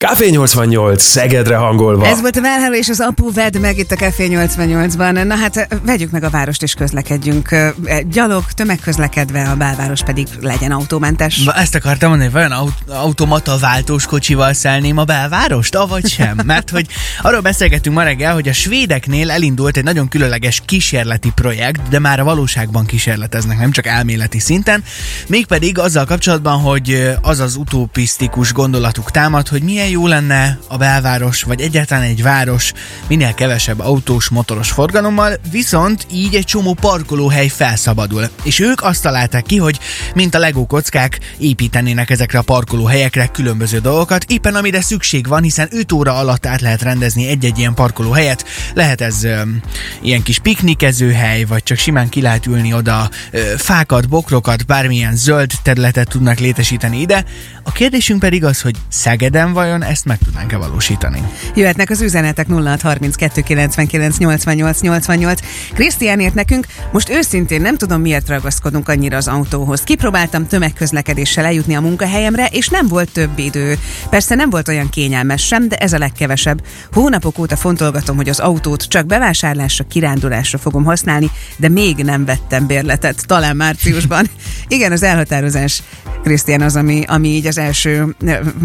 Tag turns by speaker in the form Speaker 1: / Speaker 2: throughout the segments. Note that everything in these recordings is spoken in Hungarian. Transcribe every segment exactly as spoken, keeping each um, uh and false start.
Speaker 1: Café nyolcvannyolc, Szegedre hangolva.
Speaker 2: Ez volt a Várháló és az Apu, vedd meg itt a Café nyolcvannyolcban. Na hát vegyük meg a várost és közlekedjünk. Gyalog, tömegközlekedve, a belváros pedig legyen autómentes.
Speaker 3: Ba, ezt akartam mondani, hogy vajon aut- automata váltós kocsival szelném a belvárost, avagy sem? Mert hogy arról beszélgettünk ma reggel, hogy a svédeknél elindult egy nagyon különleges kísérleti projekt, de már a valóságban kísérleteznek, nem csak elméleti szinten. Mégpedig azzal kapcsolatban, hogy az az utopisztikus gondolatuk támad, hogy milyen jó lenne a belváros, vagy egyáltalán egy város minél kevesebb autós, motoros forgalommal, viszont így egy csomó parkolóhely felszabadul. És ők azt találták ki, hogy mint a Lego kockák építenének ezekre a parkolóhelyekre különböző dolgokat, éppen amire szükség van, hiszen öt óra alatt át lehet rendezni egy-egy ilyen parkolóhelyet. Lehet ez ö, ilyen kis piknikezőhely, vagy csak simán ki lehet ülni oda, ö, fákat, bokrokat, bármilyen zöld területet tudnak létesíteni ide. A kérdésünk pedig az, hogy Szegeden vajon ezt meg tudnánk-e valósítani?
Speaker 2: Jöhetnek az üzenetek nulla hat harminckettő kilencvenkilenc nyolcvannyolc nyolcvannyolc. Krisztián írt nekünk, most őszintén nem tudom, miért ragaszkodunk annyira az autóhoz. Kipróbáltam tömegközlekedéssel eljutni a munkahelyemre, és nem volt több idő. Persze nem volt olyan kényelmes sem, de ez a legkevesebb. Hónapok óta fontolgatom, hogy az autót csak bevásárlásra, kirándulásra fogom használni, de még nem vettem bérletet, talán márciusban. Igen, az elhatározás, Krisztián, az, ami, ami így az első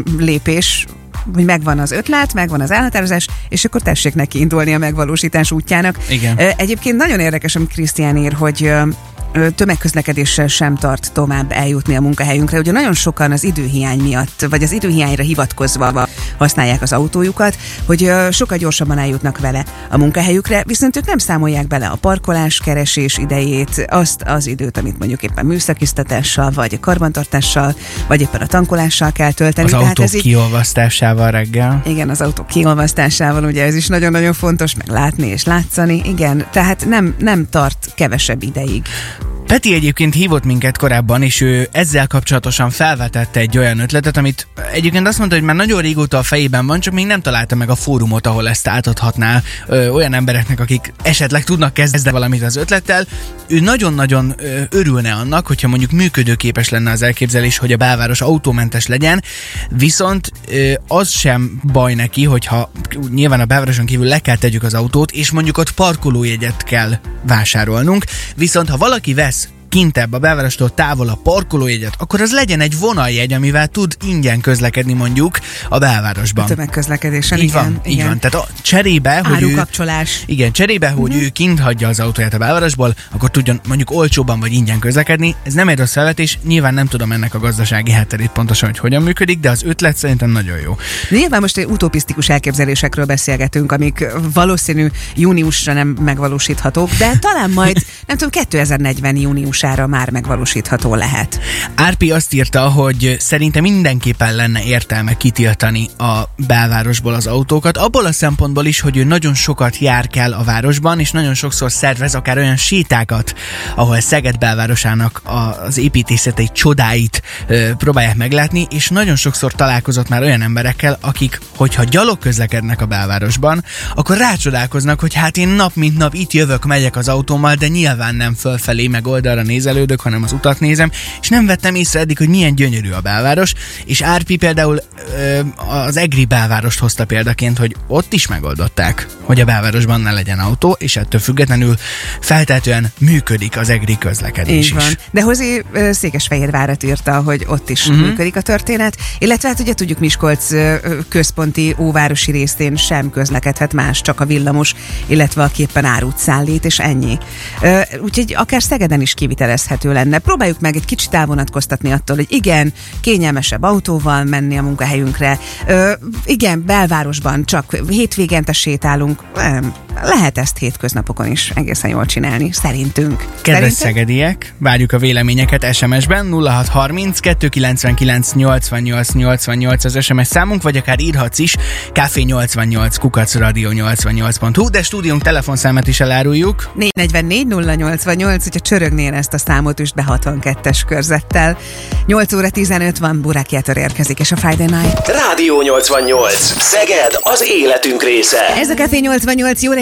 Speaker 2: lépés, hogy megvan az ötlet, megvan az elhatározás, és akkor tessék neki indulni a megvalósítás útjának.
Speaker 3: Igen.
Speaker 2: Egyébként nagyon érdekes, amit Krisztián ír, hogy tömegközlekedéssel sem tart tovább eljutni a munkahelyünkre. Ugye nagyon sokan az időhiány miatt, vagy az időhiányra hivatkozva használják az autójukat, hogy sokkal gyorsabban eljutnak vele a munkahelyükre, viszont ők nem számolják bele a parkolás keresés idejét, azt az időt, amit mondjuk éppen műszakiztatással, vagy a karbantartással, vagy éppen a tankolással kell tölteni.
Speaker 3: Az autók így... kiolvasztásával reggel.
Speaker 2: Igen, az autók kiolvasztásával, ugye ez is nagyon-nagyon fontos, meg látni és látszani. Igen, tehát nem, nem tart kevesebb ideig.
Speaker 3: Peti egyébként hívott minket korábban, és ő ezzel kapcsolatosan felvetette egy olyan ötletet, amit egyébként azt mondta, hogy már nagyon régóta a fejében van, csak még nem találta meg a fórumot, ahol ezt átadhatná ö, olyan embereknek, akik esetleg tudnak kezdeni valamit az ötlettel. Ő nagyon-nagyon ö, örülne annak, hogyha mondjuk működőképes lenne az elképzelés, hogy a belváros autómentes legyen, viszont ö, az sem baj neki, hogyha nyilván a belvároson kívül le kell tegyük az autót, és mondjuk ott parkolójegyet kell vásárolnunk, viszont ha valaki vesz kintebb a belvárostól távol a parkolójegyet, akkor az legyen egy vonaljegy, amivel tud ingyen közlekedni mondjuk a belvárosban.
Speaker 2: A tömegközlekedésen,
Speaker 3: így
Speaker 2: igen.
Speaker 3: Van,
Speaker 2: igen.
Speaker 3: így van. Tehát a cserébe, hogy ő, igen, cserébe, hogy uh-huh. ő kint hagyja az autóját a belvárosból, akkor tudjon mondjuk olcsóban vagy ingyen közlekedni. Ez nem egy rossz felvetés, nyilván nem tudom ennek a gazdasági hátterét pontosan, hogy hogyan működik, de az ötlet szerintem nagyon jó.
Speaker 2: Nyilván most utopisztikus elképzelésekről beszélgetünk, amik valószínű júniusra nem megvalósíthatók, de talán majd, nem tudom, kétezer-negyven júniusára már megvalósítható lehet.
Speaker 3: Árpi azt írta, hogy szerintem mindenképpen lenne értelme kitiltani a belvárosból az autókat, abból a szempontból is, hogy ő nagyon sokat jár kell a városban, és nagyon sokszor szervez akár olyan sétákat, ahol Szeged belvárosának az építészetei csodáit ö, próbálják meglátni, és nagyon sokszor találkozott már olyan emberekkel, akik, hogyha gyalog közlekednek a belvárosban, akkor rácsodálkoznak, hogy hát én nap mint nap itt jövök, megyek az autómmal, de nyilván nem fölfelé, meg oldalra nézelődök, hanem az utat nézem, és nem vettem észre eddig, hogy milyen gyönyörű a belváros, és Árpi például ö, az egri belvárost hozta példaként, hogy ott is megoldották, hogy a belvárosban ne legyen autó, és ettől függetlenül feltétlenül működik az egri közlekedés
Speaker 2: így van.
Speaker 3: is.
Speaker 2: De Hozi Székesfehérvárat írta, hogy ott is uh-huh. működik a történet, illetve hát ugye tudjuk, Miskolc központi óvárosi részén sem közlekedhet más, csak a villamos, illetve aki éppen árut szállít, és ennyi. Úgyhogy akár Szegeden is kivitelezhető lenne. Próbáljuk meg egy kicsit elvonatkoztatni attól, hogy igen, kényelmesebb autóval menni a munkahelyünkre, Ö, igen, belvárosban csak hétvégente sétálunk, lehet ezt hétköznapokon is egészen jól csinálni, szerintünk.
Speaker 3: Kedves szegediek, várjuk a véleményeket es em es-ben nulla hat harminckettő kilencvenkilenc nyolcvannyolc nyolcvannyolc az es em es számunk, vagy akár írhatsz is café nyolcvannyolc kukac radio nyolcvannyolc pont hu, de stúdiónk telefonszámát is eláruljuk.
Speaker 2: négy negyvennégy nulla nyolcvannyolc, hogyha csörögnél ezt a számot üst be hatvankettes körzettel. nyolc óra tizenöt van, Burák Játor érkezik, és a Friday Night.
Speaker 1: Rádió nyolcvannyolc. Szeged, az életünk része.
Speaker 2: Ez a Café nyolcvannyolc, jó reggelt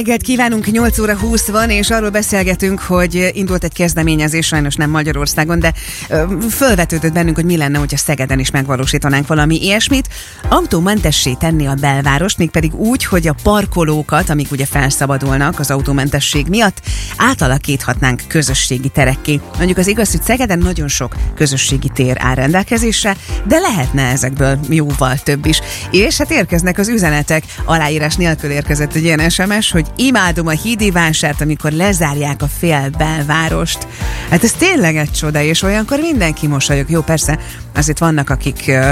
Speaker 2: reggelt kívánunk, nyolc óra húsz van, és arról beszélgetünk, hogy indult egy kezdeményezés, sajnos nem Magyarországon, de ö, fölvetődött bennünk, hogy mi lenne, hogyha Szegeden is megvalósítanánk valami ilyesmit. Autómentessé tenni a belvárost, mégpedig úgy, hogy a parkolókat, amik ugye felszabadulnak az autómentesség miatt, átalakíthatnánk közösségi terekké. Mondjuk az igaz, hogy Szegeden nagyon sok közösségi tér áll rendelkezésre, de lehetne ezekből jóval több is. És hát érkeznek az üzenetek, aláírás nélkül érkezett egy ilyen es em es, hogy imádom a hídi vásárt, amikor lezárják a fél belvárost. Hát ez tényleg egy csoda, és olyankor mindenki mosolyog. Jó, persze, azért vannak, akik ö,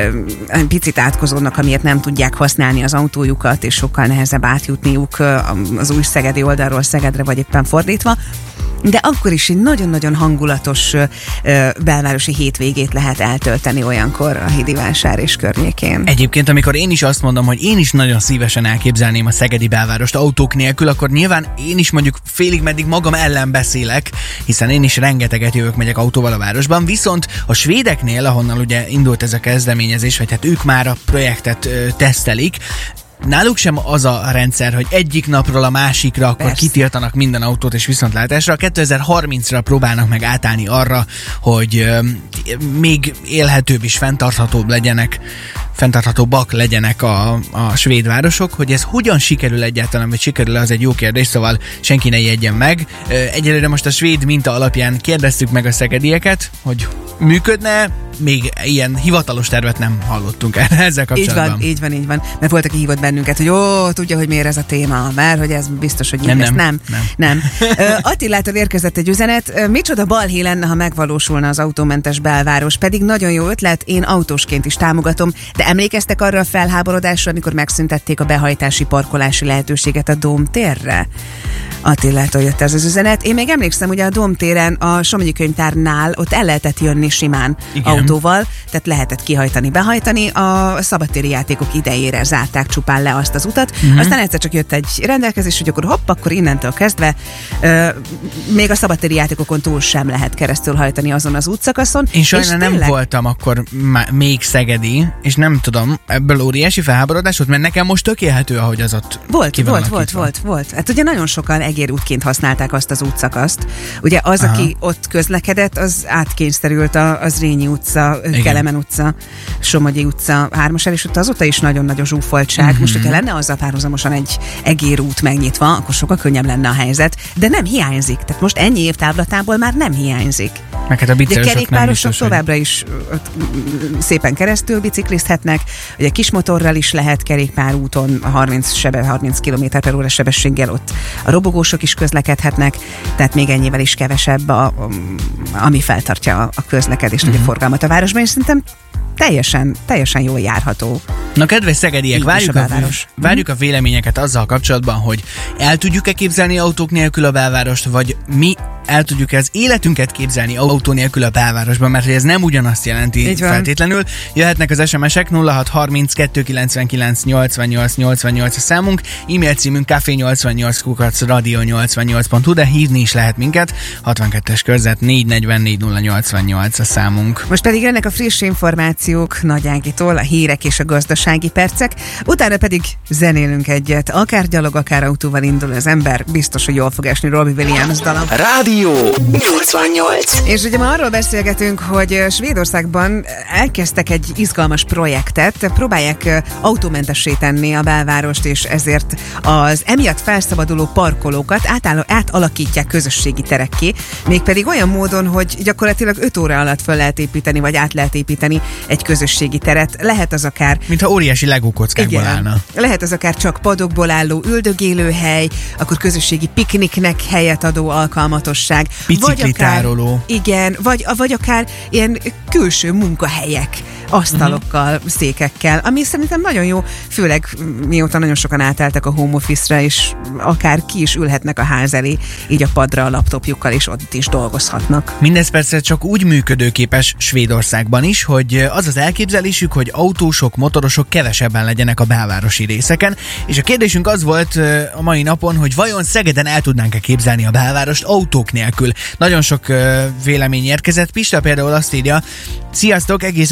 Speaker 2: ö, picit átkozódnak, amiért nem tudják használni az autójukat, és sokkal nehezebb átjutniuk ö, az új szegedi oldalról Szegedre, vagy éppen fordítva. De akkor is egy nagyon-nagyon hangulatos ö, belvárosi hétvégét lehet eltölteni olyankor a hídivásár és környékén.
Speaker 3: Egyébként, amikor én is azt mondom, hogy én is nagyon szívesen elképzelném a szegedi belvárost autók nélkül, akkor nyilván én is mondjuk félig meddig magam ellen beszélek, hiszen én is rengeteget jövök, megyek autóval a városban, viszont a svédeknél, ahonnan ugye indult ez a kezdeményezés, vagy hát ők már a projektet ö, tesztelik, náluk sem az a rendszer, hogy egyik napról a másikra akkor Persze. kitiltanak minden autót és viszontlátásra. kétezer-harmincra próbálnak meg átállni arra, hogy euh, még élhetőbb és fenntarthatóbb legyenek, fenntarthatóbbak legyenek a, a svéd városok. Hogy ez hogyan sikerül egyáltalán, vagy sikerül, az egy jó kérdés, szóval senki ne ijedjen meg. Egyelőre most a svéd minta alapján kérdeztük meg a szegedieket, hogy működne, még ilyen hivatalos tervet nem hallottunk erre ezzel kapcsolatban.
Speaker 2: Így van, így van, így van. Mert volt, aki hívott bennünket, hogy ó, tudja, hogy miért ez a téma, mert hogy ez biztos, hogy nem, nem, nem. nem. nem. nem. Attilától érkezett egy üzenet, micsoda balhé lenne, ha megvalósulna az autómentes belváros, pedig nagyon jó ötlet, én autósként is támogatom, de emlékeztek arra a felháborodásra, amikor megszüntették a behajtási parkolási lehetőséget a Dóm térre? Attilától jött ez az üzenet. Én még emlékszem, ugye a Dóm téren, a Somogyi Könyvtárnál ott el lehetett jönni simán Igen. autóval, tehát lehetett kihajtani, behajtani. A szabadtéri játékok idejére zárták csupán le azt az utat. Uh-huh. Aztán egyszer csak jött egy rendelkezés, hogy akkor hopp, akkor innentől kezdve uh, még a szabadtéri játékokon túl sem lehet keresztül hajtani azon az útszakaszon.
Speaker 3: Én sajnálom nem tényleg... voltam akkor má- még szegedi, és nem tudom, ebből óriási felháborodás volt, mert nekem most tökélhető, ahogy az ott
Speaker 2: volt, volt, volt, volt, volt. Hát ugye nagyon sokan egérútként használták azt az útszakaszt. Ugye az, Aha. aki ott közlekedett, az átkényszerült a, az Rényi utca, Igen. Kelemen utca, Somogyi utca, hármassal, és ott azóta is nagyon nagy a zsúfoltság. Uh-huh. Most, hogyha lenne azzal párhuzamosan egy egérút megnyitva, akkor sokkal könnyebb lenne a helyzet, de nem hiányzik. Tehát most ennyi év távlatából már nem hiányzik.
Speaker 3: Meg hát a biciklisek
Speaker 2: kerékpárosok továbbra hogy... is szépen keresztül biciklizhetnek, ugye kismotorral is lehet kerékpárúton harminc, sebe, harminc kilométer per óra sebességgel ott a robogósok is közlekedhetnek, tehát még ennyivel is kevesebb, a, a, ami feltartja a közlekedést, mm-hmm. a forgalmat a városban, és szerintem teljesen, teljesen jól járható.
Speaker 3: Na, kedves szegediek, várjuk a, a, várjuk a véleményeket azzal kapcsolatban, hogy el tudjuk-e képzelni autók nélkül a belvárost, vagy mi el tudjuk az életünket képzelni autó nélkül a belvárosban, mert ez nem ugyanazt jelenti feltétlenül. Jöhetnek az es em esek, nulla hat harminc kettő kilencvenkilenc nyolcvannyolc nyolcvannyolc a számunk, e-mail címünk café nyolcvannyolc kukac radio nyolcvannyolc pont hu, de hívni is lehet minket, hatvankettes körzet négy negyvennégy nulla nyolcvannyolc a számunk.
Speaker 2: Most pedig jönnek a friss információk Nagy Ágitól, a hírek és a gazdasági percek, utána pedig zenélünk egyet. Akár gyalog, akár autóval indul az ember, biztos, hogy jól fog esni Robbie Williams dala.
Speaker 1: Rádió
Speaker 2: nyolcvannyolc. És ugye ma arról beszélgetünk, hogy Svédországban elkezdtek egy izgalmas projektet, próbálják autómentessé tenni a belvárost, és ezért az emiatt felszabaduló parkolókat átáll- átalakítják közösségi terekké, mégpedig olyan módon, hogy gyakorlatilag öt óra alatt fel lehet építeni, vagy át lehet építeni egy közösségi teret. Lehet az akár...
Speaker 3: Mintha óriási Lego kockákból állna.
Speaker 2: Lehet az akár csak padokból álló üldögélőhely, akkor közösségi pikniknek helyet adó alkalmatosság.
Speaker 3: Biciklitároló.
Speaker 2: Igen, vagy, vagy akár ilyen külső munkahelyek, asztalokkal, uh-huh. székekkel, ami szerintem nagyon jó, főleg mióta nagyon sokan átálltak a home office-ra, és akár ki is ülhetnek a ház elé, így a padra a laptopjukkal, és ott is dolgozhatnak.
Speaker 3: Mindez persze csak úgy működőképes Svédországban is, hogy az az elképzelésük, hogy autósok, motorosok kevesebben legyenek a belvárosi részeken, és a kérdésünk az volt a mai napon, hogy vajon Szegeden el tudnánk-e képzelni a belvárost autók nélkül. Nagyon sok vélemény érkezett. Pista például azt írja, sziasztok, egészen ezerkilencszáz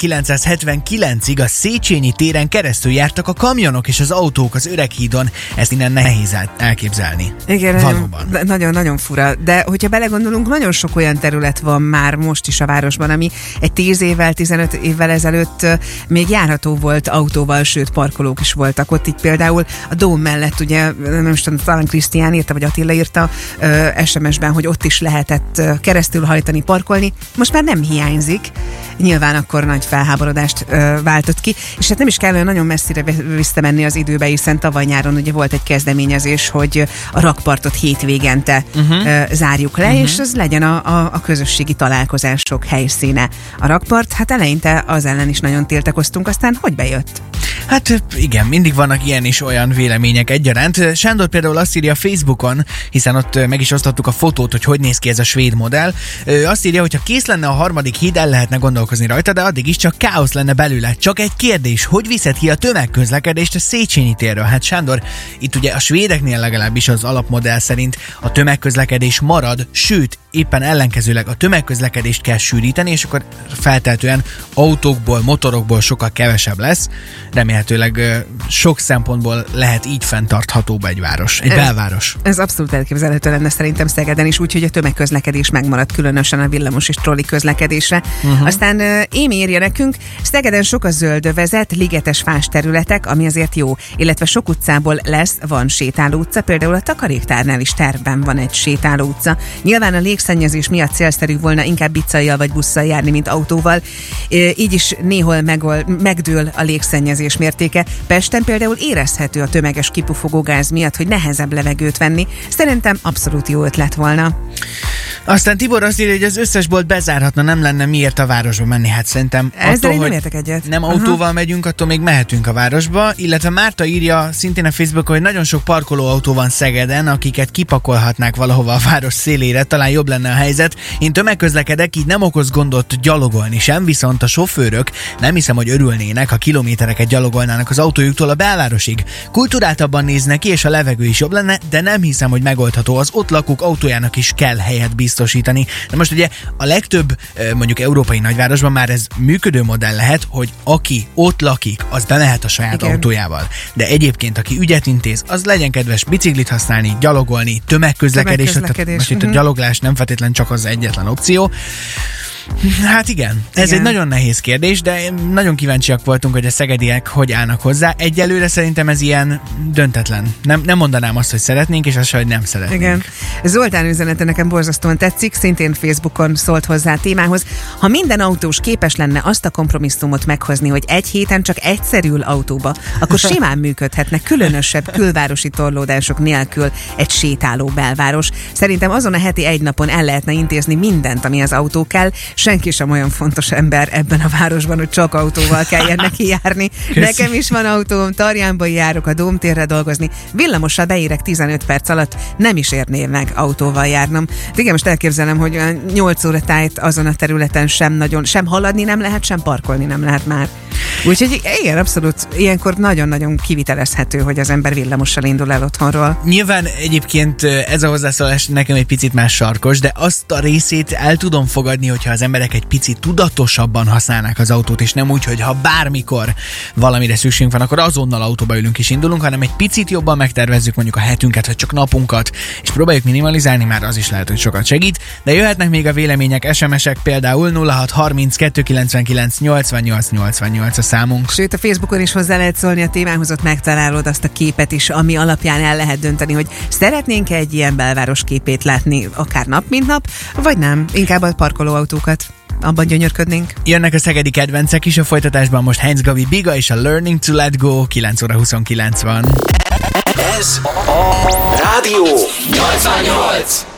Speaker 3: ezerkilencszázhetvenkilencig a Széchenyi téren keresztül jártak a kamionok és az autók az Öreghídon. Ezt innen nehéz elképzelni.
Speaker 2: Igen,
Speaker 3: valóban.
Speaker 2: Nagyon-nagyon fura. De hogyha belegondolunk, nagyon sok olyan terület van már most is a városban, ami egy tíz évvel, tizenöt évvel ezelőtt még járható volt autóval, sőt parkolók is voltak ott. Így például a Dóm mellett, ugye, nem is tudom, talán Krisztián írta, vagy Attila írta es em es-ben, hogy ott is lehetett keresztül hajtani, parkolni. Most már nem hiányzik. Nyilván akkor nagy felháborodást ö, váltott ki, és hát nem is kell olyan nagyon messzire visszamenni az időbe, hiszen tavaly nyáron ugye volt egy kezdeményezés, hogy a rakpartot hétvégente uh-huh. ö, zárjuk le, uh-huh. és az legyen a, a, a közösségi találkozások helyszíne. A rakpart, hát eleinte az ellen is nagyon tiltakoztunk, aztán hogy bejött?
Speaker 3: Hát igen, mindig vannak ilyen is olyan vélemények egyaránt. Sándor például azt írja Facebookon, hiszen ott meg is osztottuk a fotót, hogy hogy néz ki ez a svéd modell. Ő azt írja, hogy ha kész lenne a harmadik híd, el lehetne gondolkozni rajta, de addig is csak káosz lenne belőle. Csak egy kérdés, hogy viszed ki a tömegközlekedést a Széchenyi térről? Hát Sándor, itt ugye a svédeknél legalábbis az alapmodell szerint a tömegközlekedés marad, sőt, éppen ellenkezőleg a tömegközlekedést kell sűríteni, és akkor feltehetően autókból, motorokból sokkal kevesebb lesz. Remélhetőleg sok szempontból lehet így fenntarthatóbb egy város, egy
Speaker 2: ez,
Speaker 3: belváros.
Speaker 2: Ez abszolút elképzelhető lenne szerintem Szegeden is, úgyhogy a tömegközlekedés megmarad, különösen a villamos és trolli közlekedésre. Uh-huh. Aztán uh, Émi írja nekünk, Szegeden sok a zöld övezet, ligetes fás területek, ami azért jó, illetve sok utcából lesz, van sétáló utca, például a Takaréktárnál is tervben van egy sétáló utca. Nyilván a légszennyezés miatt célszerű volna inkább bicajjal vagy busszal járni, mint autóval. Így is néhol megol, megdől a légszennyezés mértéke. Pesten például érezhető a tömeges kipufogó gáz miatt, hogy nehezebb levegőt venni. Szerintem abszolút jó ötlet volna.
Speaker 3: Aztán Tibor azt írja, hogy az összes bolt bezárhatna, nem lenne miért a városba menni. Hát szerintem
Speaker 2: ezzel
Speaker 3: attól,
Speaker 2: én nem
Speaker 3: hogy
Speaker 2: értek egyet.
Speaker 3: Nem Aha. autóval megyünk, attól még mehetünk a városba. Illetve Márta írja szintén a Facebookon, hogy nagyon sok parkolóautó van Szegeden, akiket kipakolhatnák valahova a város szélére, talán jobb lenne a helyzet. Én tömegközlekedek, így nem okoz gondot gyalogolni sem, viszont a sofőrök nem hiszem, hogy örülnének, ha kilométereket gyalogolnának az autójuktól a belvárosig. Kulturáltabban néznek ki, és a levegő is jobb lenne, de nem hiszem, hogy megoldható. Az ott lakók autójának is kell helyet biztosítani. De most ugye a legtöbb mondjuk európai nagyvárosban már ez működő modell lehet, hogy aki ott lakik, az bemehet a saját Igen. autójával. De egyébként, aki ügyet intéz, az legyen kedves biciklit használni, gyalogolni, tömegközlekedés.
Speaker 2: tömegközlekedés.
Speaker 3: Most itt a gyaloglás nem feltétlenül csak az egyetlen opció. Hát igen, ez igen. egy nagyon nehéz kérdés, de nagyon kíváncsiak voltunk, hogy a szegediek hogy állnak hozzá. Egyelőre szerintem ez ilyen döntetlen. Nem, nem mondanám azt, hogy szeretnénk, és azt, hogy nem szeretnénk.
Speaker 2: Igen. Zoltán üzenete nekem borzasztóan tetszik, szintén Facebookon szólt hozzá a témához. Ha minden autós képes lenne azt a kompromisszumot meghozni, hogy egy héten csak egyszer ül autóba, akkor simán működhetne különösebb külvárosi torlódások nélkül egy sétáló belváros. Szerintem azon a heti egy napon el lehetne intézni mindent, ami az autó kell. Senki sem olyan fontos ember ebben a városban, hogy csak autóval kelljen neki járni. Köszi. Nekem is van autóm, Tarjánban járok a Dómtérre dolgozni. Villamossal beérek tizenöt perc alatt, nem is érné meg autóval járnom. Igen, most elképzelem, hogy nyolc óra tájt azon a területen sem nagyon, sem haladni nem lehet, sem parkolni nem lehet már. Úgyhogy igen, abszolút ilyenkor nagyon-nagyon kivitelezhető, hogy az ember villamossal indul el otthonról.
Speaker 3: Nyilván egyébként ez a hozzászólás nekem egy picit más sarkos, de azt a részét el tudom fogadni, hogyha az emberek egy picit tudatosabban használnák az autót, és nem úgy, hogy ha bármikor valamire szükségünk van, akkor azonnal autóba ülünk és indulunk, hanem egy picit jobban megtervezzük mondjuk a hetünket, vagy csak napunkat, és próbáljuk minimalizálni, már az is lehet, hogy sokat segít. De jöhetnek még a vélemények, es em esek, például nulla hat harminc kettő kilencvenkilenc nyolcvannyolc nyolcvannyolc a számunk.
Speaker 2: Sőt, a Facebookon is hozzá lehet szólni a témához, ott megtalálod azt a képet is, ami alapján el lehet dönteni, hogy szeretnénk egy ilyen belváros képét látni, akár nap, mint nap, vagy nem, inkább a parkolóautókat. Abban gyönyörködnénk.
Speaker 3: Jönnek a szegedi kedvencek is, a folytatásban most Heinz Gavi Biga és a Learning to Let Go, kilenc óra huszonkilenc van.
Speaker 4: Ez a Rádió nyolcvannyolc.